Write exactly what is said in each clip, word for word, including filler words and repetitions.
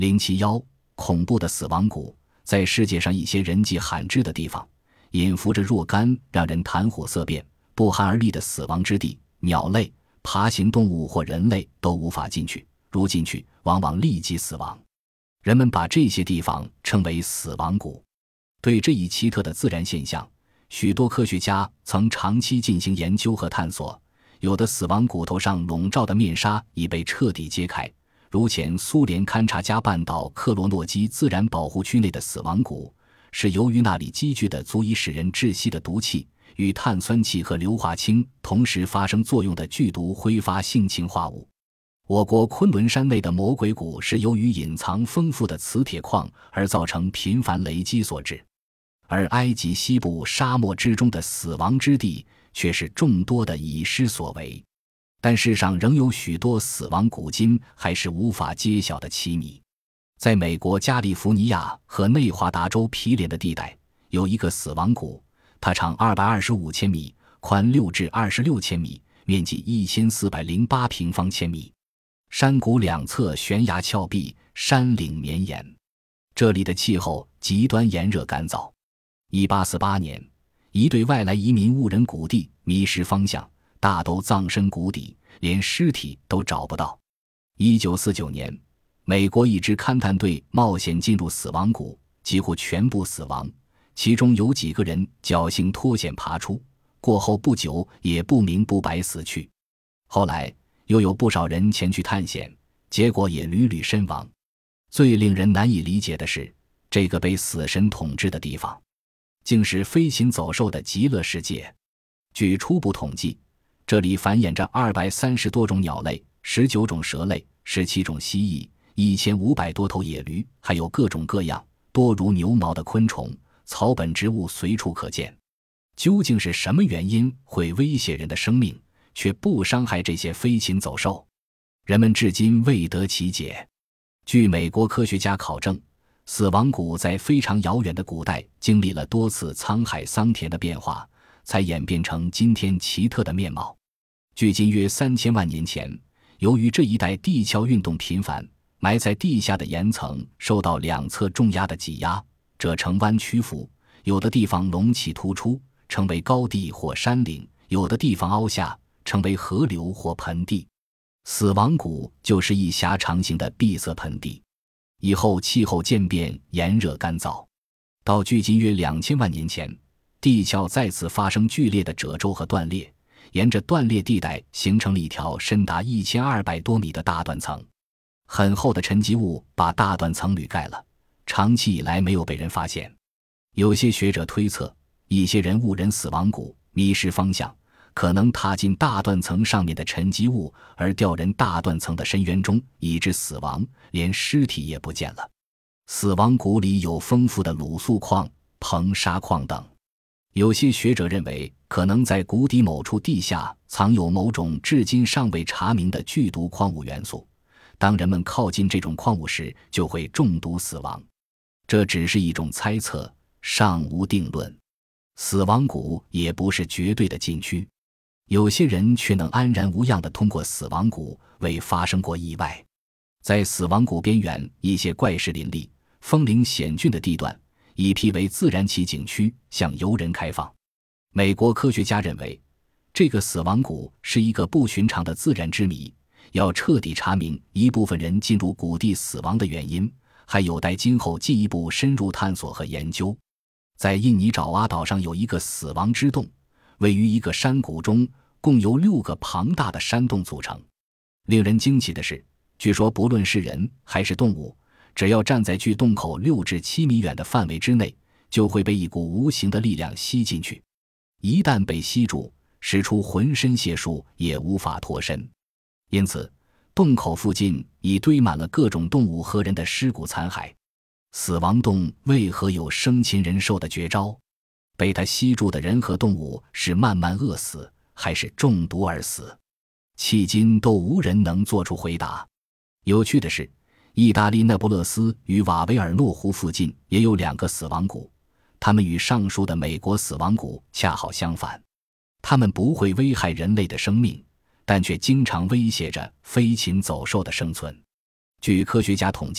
零七一恐怖的死亡谷，在世界上一些人迹罕至的地方，隐伏着若干让人谈虎色变、不寒而栗的死亡之地，鸟类、爬行动物或人类都无法进去，如进去往往立即死亡。人们把这些地方称为死亡谷。对这一奇特的自然现象，许多科学家曾长期进行研究和探索。有的死亡谷头上笼罩的面纱已被彻底揭开，如前苏联勘察加半岛克罗诺基自然保护区内的死亡谷，是由于那里积聚的足以使人窒息的毒气与碳酸气和硫化氢同时发生作用的剧毒挥发性氰化物。我国昆仑山内的魔鬼谷是由于隐藏丰富的磁铁矿而造成频繁雷击所致，而埃及西部沙漠之中的死亡之地却是众多的以尸所为。但世上仍有许多死亡古今还是无法揭晓的奇谜。在美国加利福尼亚和内华达州毗连的地带，有一个死亡谷，它长二百二十五千米，宽六至二十六千米，面积一千四百零八平方千米。山谷两侧悬崖峭壁，山岭绵延，这里的气候极端炎热干燥。一八四八年，一队外来移民误人谷地，迷失方向，大都葬身谷底，连尸体都找不到。一九四九年，美国一支勘探队冒险进入死亡谷，几乎全部死亡，其中有几个人侥幸脱险爬出，过后不久也不明不白死去。后来又有不少人前去探险，结果也屡屡身亡。最令人难以理解的是，这个被死神统治的地方竟是飞禽走兽的极乐世界。据初步统计，这里繁衍着二百三十多种鸟类，十九种蛇类，十七种蜥蜴，一千五百多头野驴，还有各种各样多如牛毛的昆虫，草本植物随处可见。究竟是什么原因会威胁人的生命，却不伤害这些飞禽走兽？人们至今未得其解。据美国科学家考证，死亡谷在非常遥远的古代经历了多次沧海桑田的变化，才演变成今天奇特的面貌。距今约三千万年前，由于这一带地壳运动频繁，埋在地下的岩层受到两侧重压的挤压，这呈弯曲幅，有的地方隆起突出，成为高地或山岭，有的地方凹下，成为河流或盆地。死亡谷就是一狭长形的闭塞盆地。以后气候渐变，炎热干燥，到距今约两千万年前，地壳再次发生剧烈的褶皱和断裂，沿着断裂地带形成了一条深达一千二百多米的大断层。很厚的沉积物把大断层履盖了，长期以来没有被人发现。有些学者推测，一些人误人死亡谷，迷失方向，可能踏进大断层上面的沉积物，而掉人大断层的深渊中，以致死亡，连尸体也不见了。死亡谷里有丰富的卤素矿、硼砂矿等。有些学者认为，可能在谷底某处地下藏有某种至今尚未查明的剧毒矿物元素，当人们靠近这种矿物时，就会中毒死亡。这只是一种猜测，尚无定论。死亡谷也不是绝对的禁区，有些人却能安然无恙地通过死亡谷，未发生过意外。在死亡谷边缘，一些怪石林立、峰岭险峻的地段，已辟为自然奇景区，向游人开放。美国科学家认为，这个死亡谷是一个不寻常的自然之谜，要彻底查明一部分人进入谷地死亡的原因，还有待今后进一步深入探索和研究。在印尼爪哇岛上有一个死亡之洞，位于一个山谷中，共由六个庞大的山洞组成。令人惊奇的是，据说不论是人还是动物，只要站在距洞口六至七米远的范围之内，就会被一股无形的力量吸进去。一旦被吸住，使出浑身解数也无法脱身。因此，洞口附近已堆满了各种动物和人的尸骨残骸。死亡洞为何有生擒人兽的绝招？被它吸住的人和动物是慢慢饿死，还是中毒而死？迄今都无人能做出回答。有趣的是，意大利那不勒斯与瓦维尔诺湖附近也有两个死亡谷，它们与上述的美国死亡谷恰好相反。它们不会危害人类的生命，但却经常威胁着飞禽走兽的生存。据科学家统计，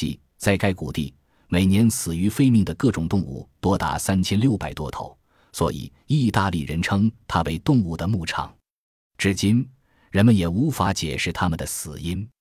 在该谷地，每年死于非命的各种动物多达三千六百多头，所以意大利人称它为动物的牧场。至今，人们也无法解释它们的死因。